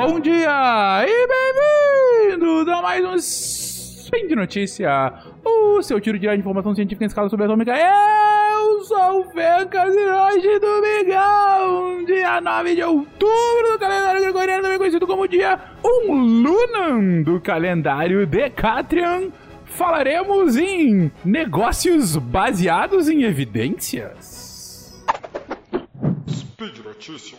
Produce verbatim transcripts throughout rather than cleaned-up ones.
Bom dia e bem-vindos a mais um Spin de Notícia, o seu tiro diário de informação científica em escala subatômica. Eu sou o Fencas e hoje, domingão, dia nove de outubro do calendário gregoriano, também conhecido como dia um Lunan do calendário Decatrian, falaremos em negócios baseados em evidências. Speed Notícias.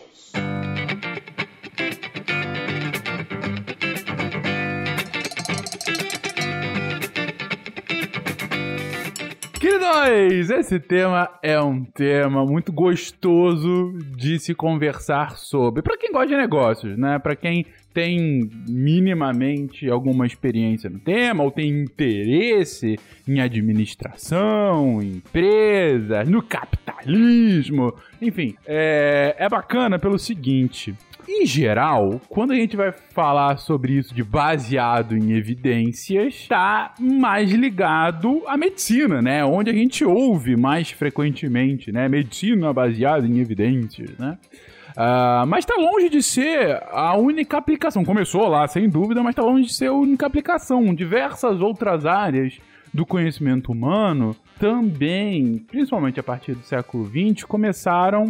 Queridos, esse tema é um tema muito gostoso de se conversar sobre. Para quem gosta de negócios, né? Para quem tem minimamente alguma experiência no tema ou tem interesse em administração, em empresas, no capitalismo, enfim, é, é bacana pelo seguinte. Em geral, quando a gente vai falar sobre isso de baseado em evidências, está mais ligado à medicina, né? Onde a gente ouve mais frequentemente, né? Medicina baseada em evidências, né? Uh, mas está longe de ser a única aplicação. Começou lá, sem dúvida, mas está longe de ser a única aplicação. Diversas outras áreas do conhecimento humano também, principalmente a partir do século vinte, começaram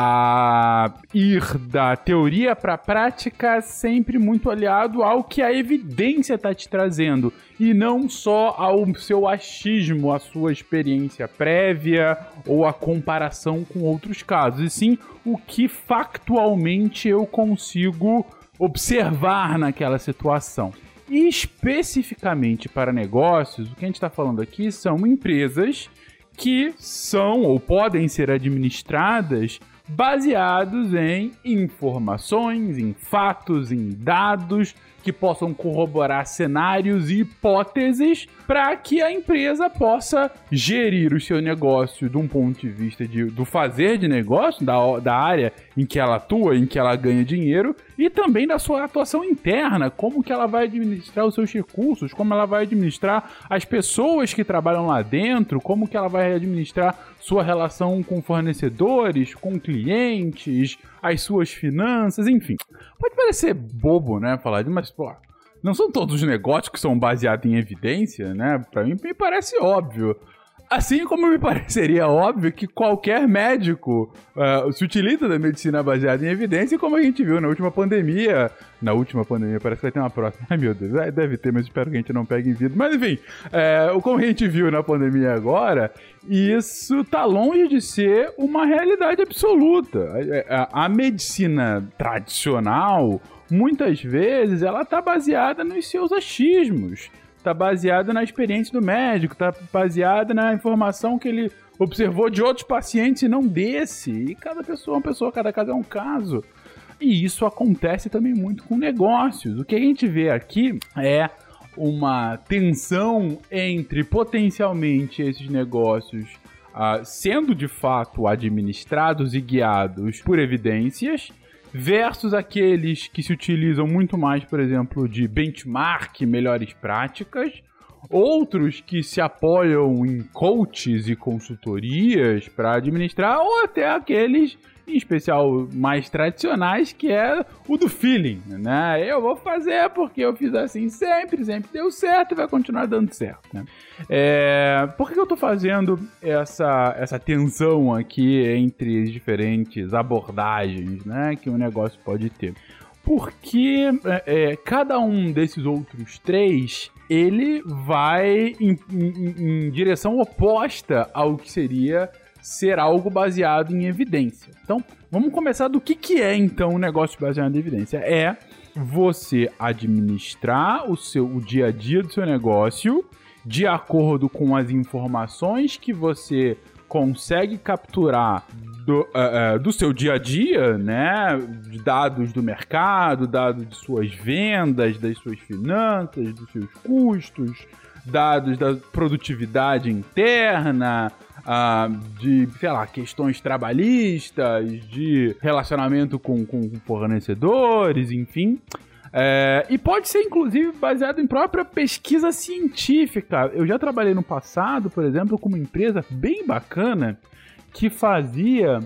a ir da teoria para a prática sempre muito aliado ao que a evidência está te trazendo e não só ao seu achismo, a sua experiência prévia ou a comparação com outros casos, e sim o que factualmente eu consigo observar naquela situação. E especificamente para negócios, o que a gente está falando aqui são empresas que são ou podem ser administradas baseados em informações, em fatos, em dados que possam corroborar cenários e hipóteses para que a empresa possa gerir o seu negócio de um ponto de vista de, do fazer de negócio, da, da área em que ela atua, em que ela ganha dinheiro, e também da sua atuação interna, como que ela vai administrar os seus recursos, como ela vai administrar as pessoas que trabalham lá dentro, como que ela vai administrar sua relação com fornecedores, com clientes, as suas finanças, enfim. Pode parecer bobo, né, falar disso, mas, pô, não são todos os negócios que são baseados em evidência, né? Pra mim, me parece óbvio. Assim como me pareceria óbvio que qualquer médico uh, se utiliza da medicina baseada em evidência, como a gente viu na última pandemia. Na última pandemia, parece que vai ter uma próxima. Ai, meu Deus, deve ter, mas espero que a gente não pegue em vida. Mas, enfim, é, como a gente viu na pandemia agora, isso tá longe de ser uma realidade absoluta. A, a, a medicina tradicional, muitas vezes, ela tá baseada nos seus achismos. Está baseada na experiência do médico, está baseada na informação que ele observou de outros pacientes e não desse. E cada pessoa é uma pessoa, cada caso é um caso. E isso acontece também muito com negócios. O que a gente vê aqui é uma tensão entre potencialmente esses negócios uh, sendo de fato administrados e guiados por evidências, versus aqueles que se utilizam muito mais, por exemplo, de benchmark, melhores práticas, outros que se apoiam em coaches e consultorias para administrar, ou até aqueles, em especial, mais tradicionais, que é o do feeling, né? Eu vou fazer porque eu fiz assim sempre, sempre deu certo e vai continuar dando certo, né? É, por que eu tô fazendo essa, essa tensão aqui entre as diferentes abordagens, né, que um negócio pode ter? Porque é, cada um desses outros três, ele vai em, em, em direção oposta ao que seria ser algo baseado em evidência. Então, vamos começar do que, que é, então, um negócio baseado em evidência. É você administrar o, seu, o dia a dia do seu negócio de acordo com as informações que você consegue capturar do, uh, uh, do seu dia a dia, né? Dados do mercado, dados de suas vendas, das suas finanças, dos seus custos, dados da produtividade interna, uh, de, sei lá, questões trabalhistas, de relacionamento com, com fornecedores, enfim. É, e pode ser, inclusive, baseado em própria pesquisa científica. Eu já trabalhei no passado, por exemplo, com uma empresa bem bacana que fazia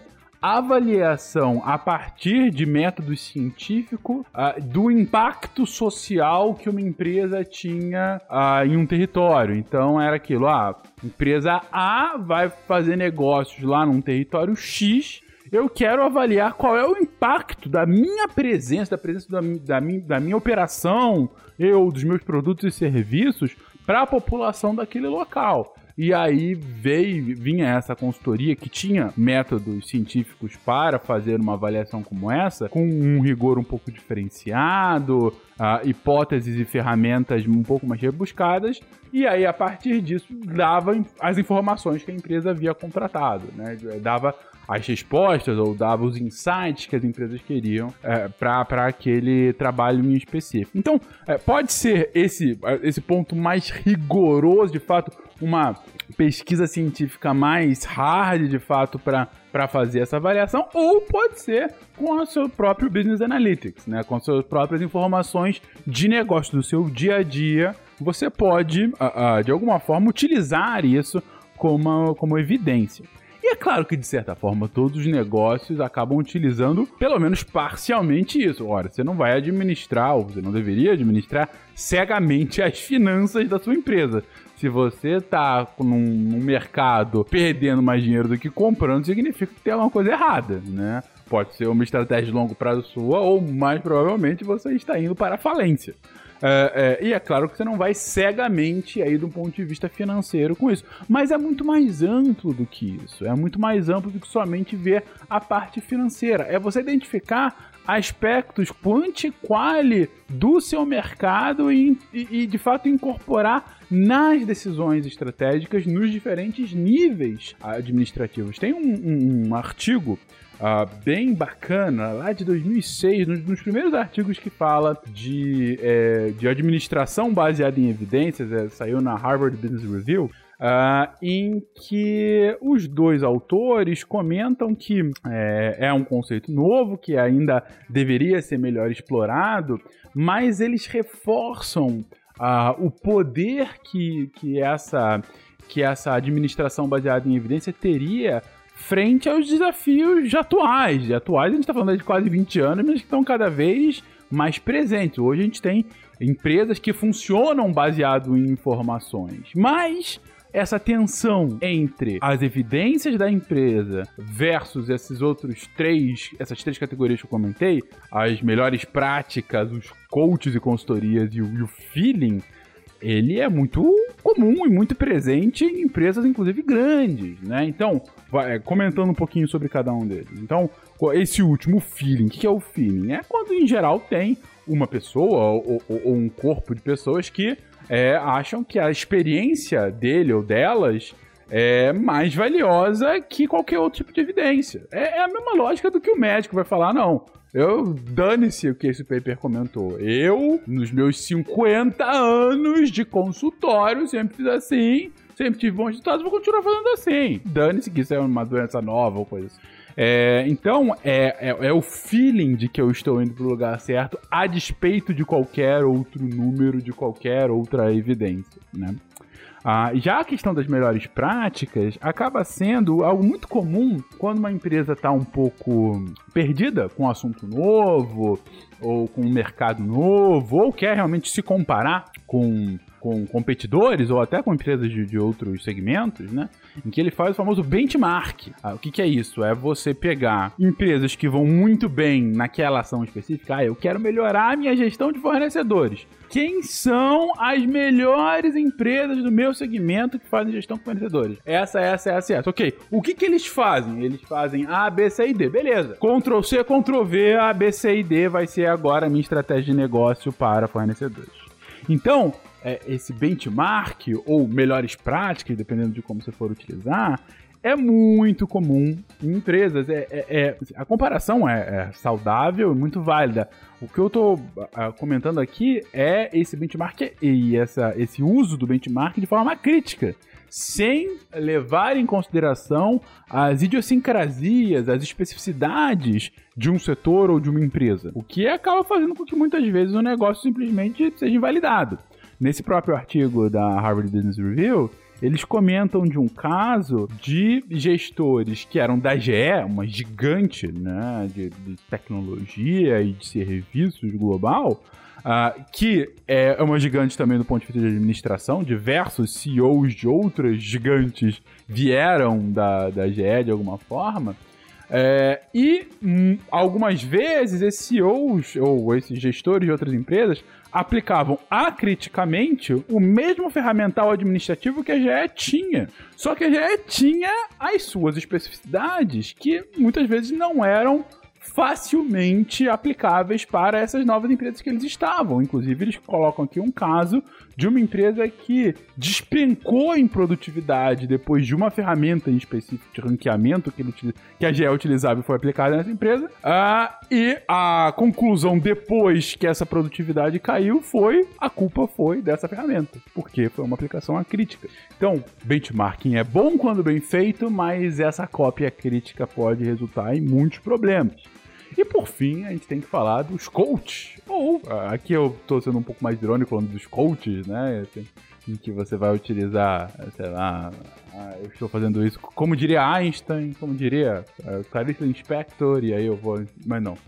avaliação a partir de métodos científicos uh, do impacto social que uma empresa tinha uh, em um território. Então era aquilo, ah, empresa A vai fazer negócios lá num território X, eu quero avaliar qual é o impacto da minha presença, da presença da, da, minha, da minha operação, eu, dos meus produtos e serviços para a população daquele local. E aí veio, vinha essa consultoria que tinha métodos científicos para fazer uma avaliação como essa, com um rigor um pouco diferenciado, uh, hipóteses e ferramentas um pouco mais rebuscadas, e aí a partir disso dava as informações que a empresa havia contratado, né? Dava as respostas ou dava os insights que as empresas queriam é, para aquele trabalho em específico. Então, é, pode ser esse, esse ponto mais rigoroso, de fato, uma pesquisa científica mais hard, de fato, para fazer essa avaliação, ou pode ser com o seu próprio Business Analytics, né? Com as suas próprias informações de negócio do seu dia a dia. Você pode, uh, uh, de alguma forma, utilizar isso como, como evidência. E é claro que, de certa forma, todos os negócios acabam utilizando, pelo menos parcialmente, isso. Ora, você não vai administrar, ou você não deveria administrar, cegamente as finanças da sua empresa. Se você está num, num mercado perdendo mais dinheiro do que comprando, significa que tem alguma coisa errada, né? Pode ser uma estratégia de longo prazo sua, ou mais provavelmente você está indo para a falência. É, é, e é claro que você não vai cegamente aí do ponto de vista financeiro com isso, mas é muito mais amplo do que isso, é muito mais amplo do que somente ver a parte financeira, é você identificar aspectos quanti e quali do seu mercado e, e, e de fato incorporar nas decisões estratégicas nos diferentes níveis administrativos. Tem um, um, um artigo Uh, bem bacana, lá de dois mil e seis, nos, nos primeiros artigos que fala de, é, de administração baseada em evidências, é, saiu na Harvard Business Review, uh, em que os dois autores comentam que é, é um conceito novo, que ainda deveria ser melhor explorado, mas eles reforçam uh, o poder que, que, essa, que essa administração baseada em evidência teria frente aos desafios atuais. De atuais, a gente está falando de quase vinte anos, mas que estão cada vez mais presentes. Hoje a gente tem empresas que funcionam baseado em informações, mas essa tensão entre as evidências da empresa versus esses outros três, essas três categorias que eu comentei, as melhores práticas, os coaches e consultorias e o, e o feeling, ele é muito comum e muito presente em empresas, inclusive, grandes, né? Então, vai, comentando um pouquinho sobre cada um deles. Então, esse último feeling, o que é o feeling? É quando, em geral, tem uma pessoa ou, ou, ou um corpo de pessoas que é, acham que a experiência dele ou delas é mais valiosa que qualquer outro tipo de evidência. É, é a mesma lógica do que o médico vai falar, não. Eu, dane-se o que esse paper comentou. Eu, nos meus cinquenta anos de consultório, sempre fiz assim, sempre tive bons resultados, vou continuar fazendo assim. Dane-se que isso é uma doença nova ou coisa assim. É, então, é, é, é o feeling de que eu estou indo para o lugar certo, a despeito de qualquer outro número, de qualquer outra evidência, né? Ah, já a questão das melhores práticas acaba sendo algo muito comum quando uma empresa está um pouco perdida com um assunto novo, ou com um mercado novo, ou quer realmente se comparar com, com competidores, ou até com empresas de, de outros segmentos, né? Em que ele faz o famoso benchmark. Ah, o que, que é isso? É você pegar empresas que vão muito bem naquela ação específica. Ah, eu quero melhorar a minha gestão de fornecedores. Quem são as melhores empresas do meu segmento que fazem gestão com fornecedores? Essa, essa, essa, essa. Ok. O que, que eles fazem? Eles fazem A, B, C e D. Beleza. Ctrl C, Ctrl V, A, B, C e D vai ser agora a minha estratégia de negócio para fornecedores. Então, é, esse benchmark ou melhores práticas, dependendo de como você for utilizar, é muito comum em empresas. É, é, é, a comparação é, é saudável e muito válida. O que eu estou uh, comentando aqui é esse benchmark e essa, esse uso do benchmark de forma crítica, sem levar em consideração as idiosincrasias, as especificidades de um setor ou de uma empresa. O que acaba fazendo com que muitas vezes o negócio simplesmente seja invalidado. Nesse próprio artigo da Harvard Business Review, eles comentam de um caso de gestores que eram da G E, uma gigante, né, de, de tecnologia e de serviços global, uh, que é uma gigante também do ponto de vista de administração. Diversos C E Os de outras gigantes vieram da, da G E de alguma forma. É, e hum, algumas vezes esses C E Os ou esses gestores de outras empresas aplicavam acriticamente o mesmo ferramental administrativo que a G E tinha. Só que a G E tinha as suas especificidades que muitas vezes não eram facilmente aplicáveis para essas novas empresas que eles estavam. Inclusive, eles colocam aqui um caso de uma empresa que despencou em produtividade depois de uma ferramenta em específico de ranqueamento que, ele, que a G E utilizava e foi aplicada nessa empresa. Uh, e a conclusão depois que essa produtividade caiu foi, a culpa foi dessa ferramenta, porque foi uma aplicação acrítica. Então, benchmarking é bom quando bem feito, mas essa cópia crítica pode resultar em muitos problemas. E por fim, a gente tem que falar dos coaches. Ou, aqui eu tô sendo um pouco mais irônico falando dos coaches, né? Assim, em que você vai utilizar, sei lá, ah, eu estou fazendo isso, como diria Einstein, como diria uh, Clarice Lispector, e aí eu vou... Mas não.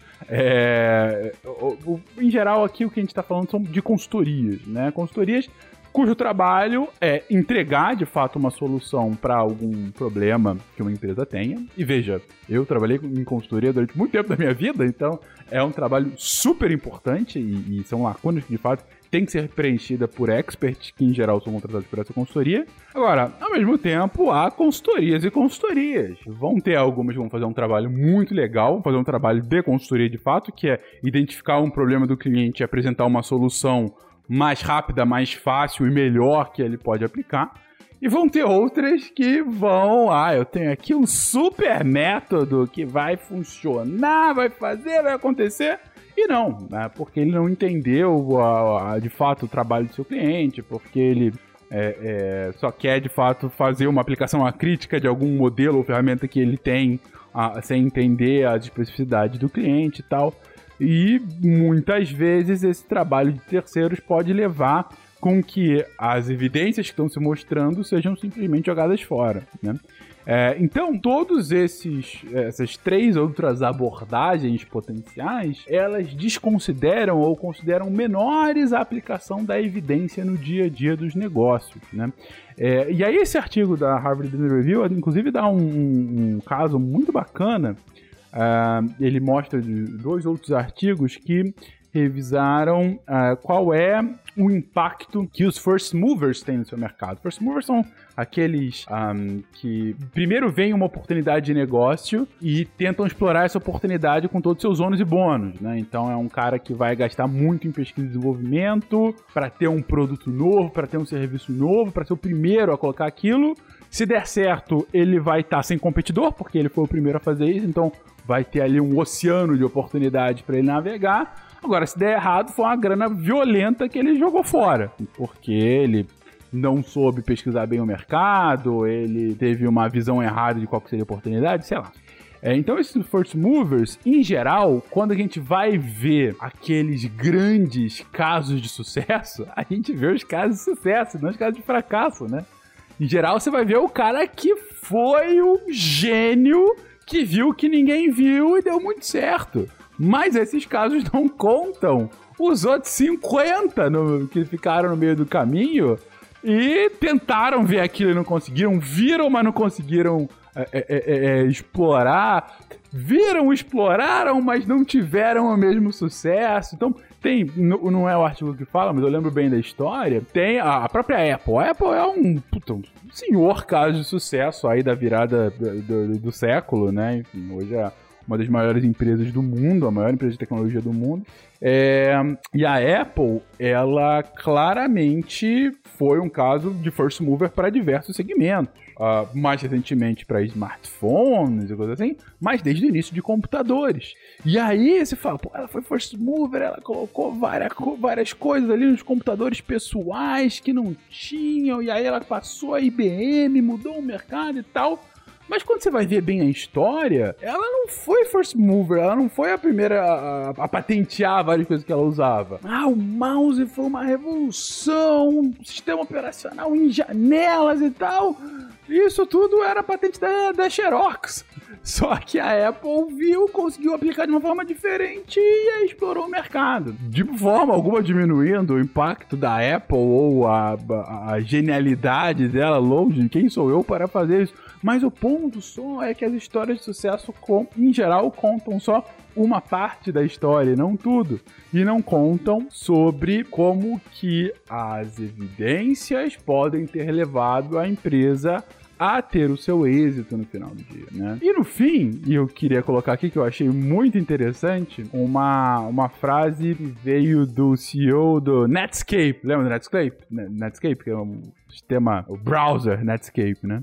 É, o, o, em geral, aqui o que a gente está falando são de consultorias, né? Consultorias cujo trabalho é entregar, de fato, uma solução para algum problema que uma empresa tenha. E veja, eu trabalhei em consultoria durante muito tempo da minha vida, então é um trabalho super importante e, e são lacunas que, de fato, tem que ser preenchida por experts, que em geral são contratados por essa consultoria. Agora, ao mesmo tempo, há consultorias e consultorias. Vão ter algumas que vão fazer um trabalho muito legal, vão fazer um trabalho de consultoria de fato, que é identificar um problema do cliente e apresentar uma solução mais rápida, mais fácil e melhor que ele pode aplicar. E vão ter outras que vão, ah, eu tenho aqui um super método que vai funcionar, vai fazer, vai acontecer. E não, né? Porque ele não entendeu a, a, de fato o trabalho do seu cliente, porque ele é, é, só quer de fato fazer uma aplicação acrítica de algum modelo ou ferramenta que ele tem, a, sem entender as especificidades do cliente e tal. E muitas vezes esse trabalho de terceiros pode levar com que as evidências que estão se mostrando sejam simplesmente jogadas fora, né? É, então, todos esses essas três outras abordagens potenciais, elas desconsideram ou consideram menores a aplicação da evidência no dia a dia dos negócios, né? É, e aí esse artigo da Harvard Business Review, inclusive, dá um, um, um caso muito bacana. Uh, ele mostra dois outros artigos que revisaram uh, qual é o impacto que os first movers têm no seu mercado. First movers são aqueles um, que primeiro veem uma oportunidade de negócio e tentam explorar essa oportunidade com todos os seus ônus e bônus, né? Então é um cara que vai gastar muito em pesquisa e desenvolvimento para ter um produto novo, para ter um serviço novo, para ser o primeiro a colocar aquilo. Se der certo, ele vai estar sem competidor, porque ele foi o primeiro a fazer isso, então vai ter ali um oceano de oportunidade para ele navegar. Agora, se der errado, foi uma grana violenta que ele jogou fora, porque ele não soube pesquisar bem o mercado, ele teve uma visão errada de qual que seria a oportunidade, sei lá. É, então, esses first movers, em geral, quando a gente vai ver aqueles grandes casos de sucesso, a gente vê os casos de sucesso, não os casos de fracasso, né? Em geral, você vai ver o cara que foi o gênio que viu que ninguém viu e deu muito certo. Mas esses casos não contam os outros cinquenta no, que ficaram no meio do caminho e tentaram ver aquilo e não conseguiram, viram, mas não conseguiram é, é, é, explorar, viram, exploraram, mas não tiveram o mesmo sucesso. Então, tem, não é o artigo que fala, mas eu lembro bem da história, tem a própria Apple. A Apple é um, puta, um senhor caso de sucesso aí da virada do, do, do século, né? Enfim, hoje é uma das maiores empresas do mundo, a maior empresa de tecnologia do mundo. É, e a Apple, ela claramente foi um caso de first mover para diversos segmentos. Uh, mais recentemente para smartphones e coisas assim, mas desde o início de computadores. E aí você fala, pô, ela foi first mover, ela colocou várias, várias coisas ali nos computadores pessoais que não tinham, e aí ela passou a I B M, mudou o mercado e tal. Mas quando você vai ver bem a história, ela não foi first mover, ela não foi a primeira a, a patentear várias coisas que ela usava. Ah, o mouse foi uma revolução, um sistema operacional em janelas e tal. Isso tudo era patente da, da Xerox. Só que a Apple viu, conseguiu aplicar de uma forma diferente e aí explorou o mercado. De forma alguma diminuindo o impacto da Apple ou a, a, a genialidade dela, longe, quem sou eu para fazer isso? Mas o ponto só é que as histórias de sucesso, com, em geral, contam só uma parte da história, não tudo. E não contam sobre como que as evidências podem ter levado a empresa a ter o seu êxito no final do dia, né? E no fim, e eu queria colocar aqui que eu achei muito interessante, uma, uma frase que veio do C E O do Netscape. Lembra do Netscape? Netscape, que é um sistema, o browser Netscape, né?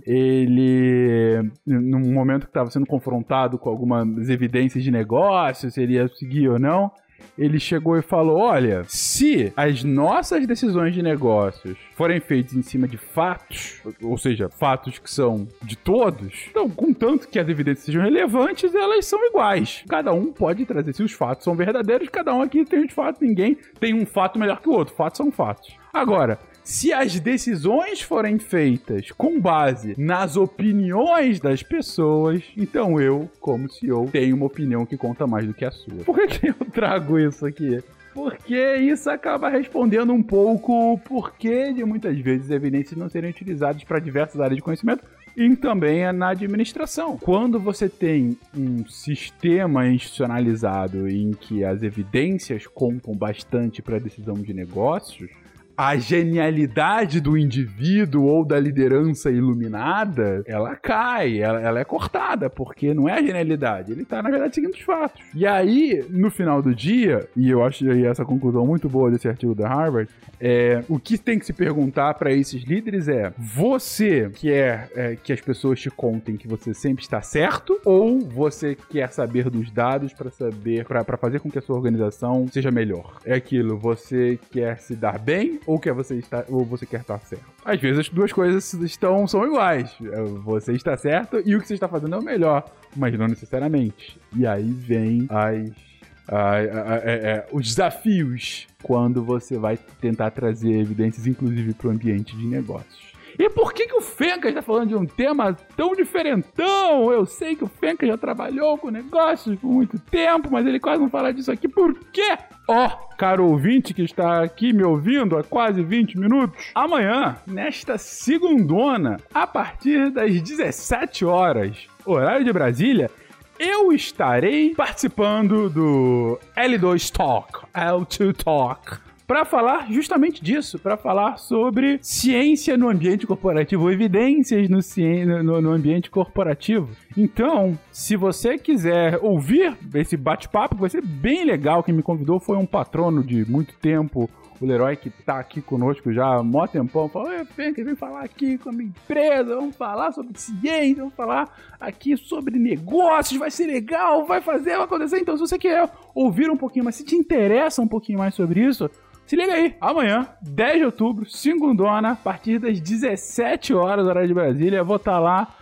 Ele, num momento que estava sendo confrontado com algumas evidências de negócio, se ele ia seguir ou não, ele chegou e falou, olha, se as nossas decisões de negócios forem feitas em cima de fatos, ou seja, fatos que são de todos, então, contanto que as evidências sejam relevantes, elas são iguais. Cada um pode trazer, se os fatos são verdadeiros, cada um aqui tem os fatos, ninguém tem um fato melhor que o outro, fatos são fatos. Agora, se as decisões forem feitas com base nas opiniões das pessoas, então eu, como C E O, tenho uma opinião que conta mais do que a sua. Por que, que eu trago isso aqui? Porque isso acaba respondendo um pouco o porquê de muitas vezes evidências não serem utilizadas para diversas áreas de conhecimento e também na administração. Quando você tem um sistema institucionalizado em que as evidências contam bastante para a decisão de negócios, a genialidade do indivíduo ou da liderança iluminada, ela cai, ela, ela é cortada, porque não é a genialidade, ele tá, na verdade, seguindo os fatos. E aí, no final do dia, e eu acho essa conclusão muito boa desse artigo da Harvard, é, o que tem que se perguntar para esses líderes é, você quer é, que as pessoas te contem que você sempre está certo, ou você quer saber dos dados para saber, para fazer com que a sua organização seja melhor? É aquilo, você quer se dar bem, ou quer você estar, ou você quer estar certo. Às vezes as duas coisas estão, são iguais. Você está certo e o que você está fazendo é o melhor, mas não necessariamente. E aí vem as, as, as, as, as, os desafios quando você vai tentar trazer evidências, inclusive, para o ambiente de negócios. E por que que o Fencas está falando de um tema tão diferentão? Eu sei que o Fencas já trabalhou com negócios por muito tempo, mas ele quase não fala disso aqui. Por quê? Ó, oh, caro ouvinte que está aqui me ouvindo há quase vinte minutos, amanhã, nesta segundona, a partir das dezessete horas, horário de Brasília, eu estarei participando do L dois Talk, L dois Talk, para falar justamente disso, para falar sobre ciência no ambiente corporativo, evidências no, ci... no, no ambiente corporativo. Então, se você quiser ouvir esse bate-papo, que vai ser bem legal, quem me convidou foi um patrono de muito tempo, o Leroy, que tá aqui conosco já há mó tempão, falou, ei, Fencas, vem falar aqui com a minha empresa, vamos falar sobre ciência, vamos falar aqui sobre negócios, vai ser legal, vai fazer, vai acontecer. Então, se você quer ouvir um pouquinho mais, se te interessa um pouquinho mais sobre isso, se liga aí, amanhã, dez de outubro, segundona, a partir das dezessete horas, horário de Brasília, eu vou estar lá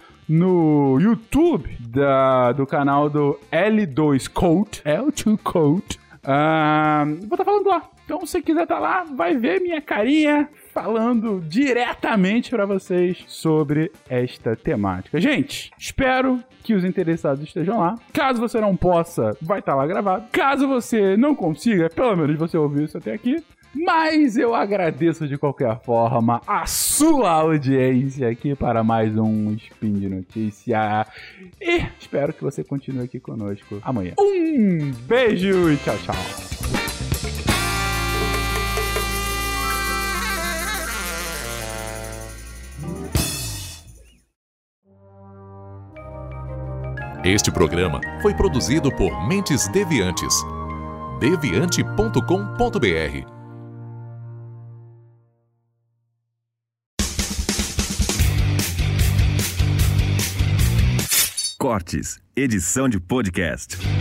no YouTube da, do canal do L dois Code, L dois Code, uh, vou estar falando lá. Então, se você quiser estar lá, vai ver minha carinha falando diretamente para vocês sobre esta temática. Gente, espero que os interessados estejam lá. Caso você não possa, vai estar lá gravado. Caso você não consiga, pelo menos você ouviu isso até aqui. Mas eu agradeço de qualquer forma a sua audiência aqui para mais um Spin de Notícia. E espero que você continue aqui conosco amanhã. Um beijo e tchau, tchau. Este programa foi produzido por Mentes Deviantes. deviante ponto com ponto b r. Cortes, edição de podcast.